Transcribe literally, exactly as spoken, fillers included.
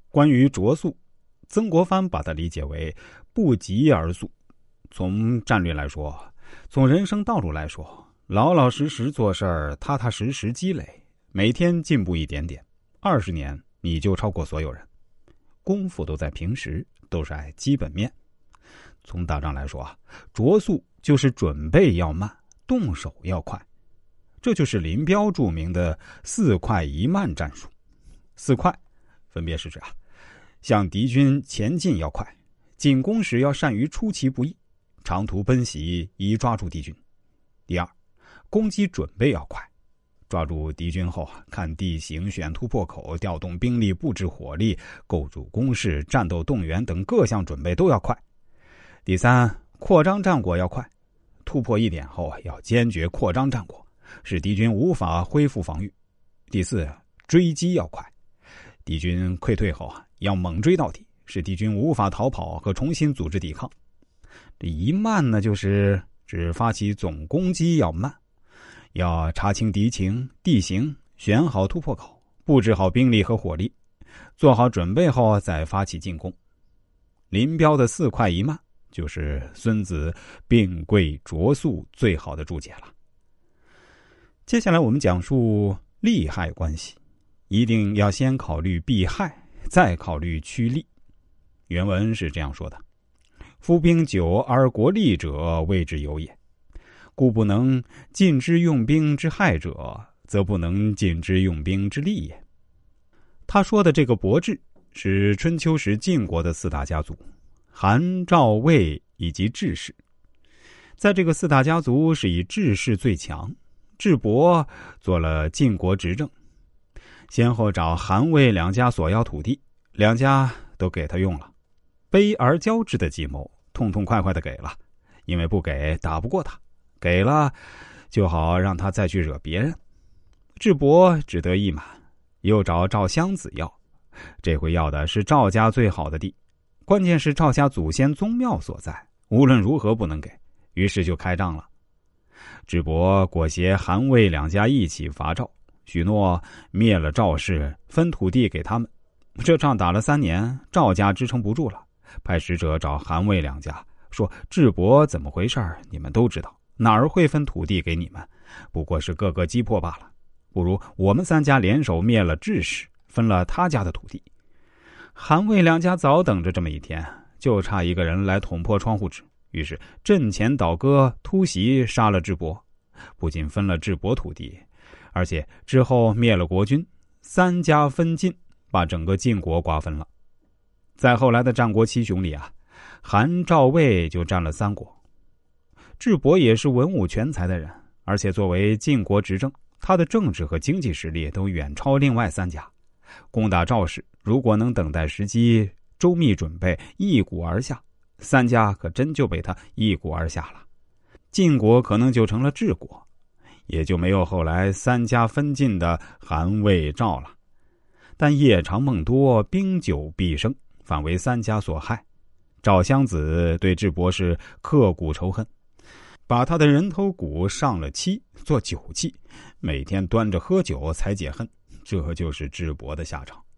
关于着速，曾国藩把它理解为不急而速。从战略来说，从人生道路来说，老老实实做事儿，踏踏实实积累，每天进步一点点，二十年你就超过所有人。功夫都在平时，都是爱基本面。从打仗来说啊，着速就是准备要慢，动手要快。这就是林彪著名的四快一慢战术。四快分别是指啊，向敌军前进要快，进攻时要善于出其不意，长途奔袭以抓住敌军。第二，攻击准备要快，抓住敌军后看地形，选突破口，调动兵力，布置火力，构筑工事，战斗动员等各项准备都要快。第三，扩张战果要快，突破一点后要坚决扩张战果，使敌军无法恢复防御。第四，追击要快，敌军溃退后要猛追到底，使敌军无法逃跑和重新组织抵抗。这一慢呢，就是指发起总攻击要慢，要查清敌情地形，选好突破口，布置好兵力和火力，做好准备后再发起进攻。林彪的四快一慢就是孙子病贵着速最好的注解了。接下来我们讲述利害关系，一定要先考虑避害，再考虑趋利。原文是这样说的：夫兵久而国利者，谓之有也。故不能尽之用兵之害者，则不能尽之用兵之利也。他说的这个伯治是春秋时晋国的四大家族，韩、赵、魏以及智氏。在这个四大家族是以智氏最强，智伯做了晋国执政，先后找韩魏两家索要土地，两家都给他用了，卑而骄之的计谋痛痛快快的给了，因为不给打不过他，给了就好让他再去惹别人。智伯只得意满，又找赵襄子要，这回要的是赵家最好的地，关键是赵家祖先宗庙所在，无论如何不能给，于是就开仗了。智伯裹挟韩魏两家一起伐赵，许诺灭了赵氏，分土地给他们。这仗打了三年，赵家支撑不住了，派使者找韩魏两家，说智伯怎么回事，你们都知道，哪儿会分土地给你们，不过是各个击破罢了，不如我们三家联手灭了智氏，分了他家的土地。韩魏两家早等着这么一天，就差一个人来捅破窗户纸，于是阵前倒戈突袭，杀了智伯，不仅分了智伯土地，而且之后灭了国君，三家分晋，把整个晋国瓜分了。在后来的战国七雄里啊，韩、赵、魏就占了三国。智伯也是文武全才的人，而且作为晋国执政，他的政治和经济实力都远超另外三家。攻打赵氏，如果能等待时机，周密准备，一鼓而下，三家可真就被他一鼓而下了，晋国可能就成了治国，也就没有后来三家分晋的韩魏赵了。但夜长梦多，兵久必生，反为三家所害。赵襄子对智伯是刻骨仇恨，把他的人头骨上了漆做酒器，每天端着喝酒才解恨，这就是智伯的下场。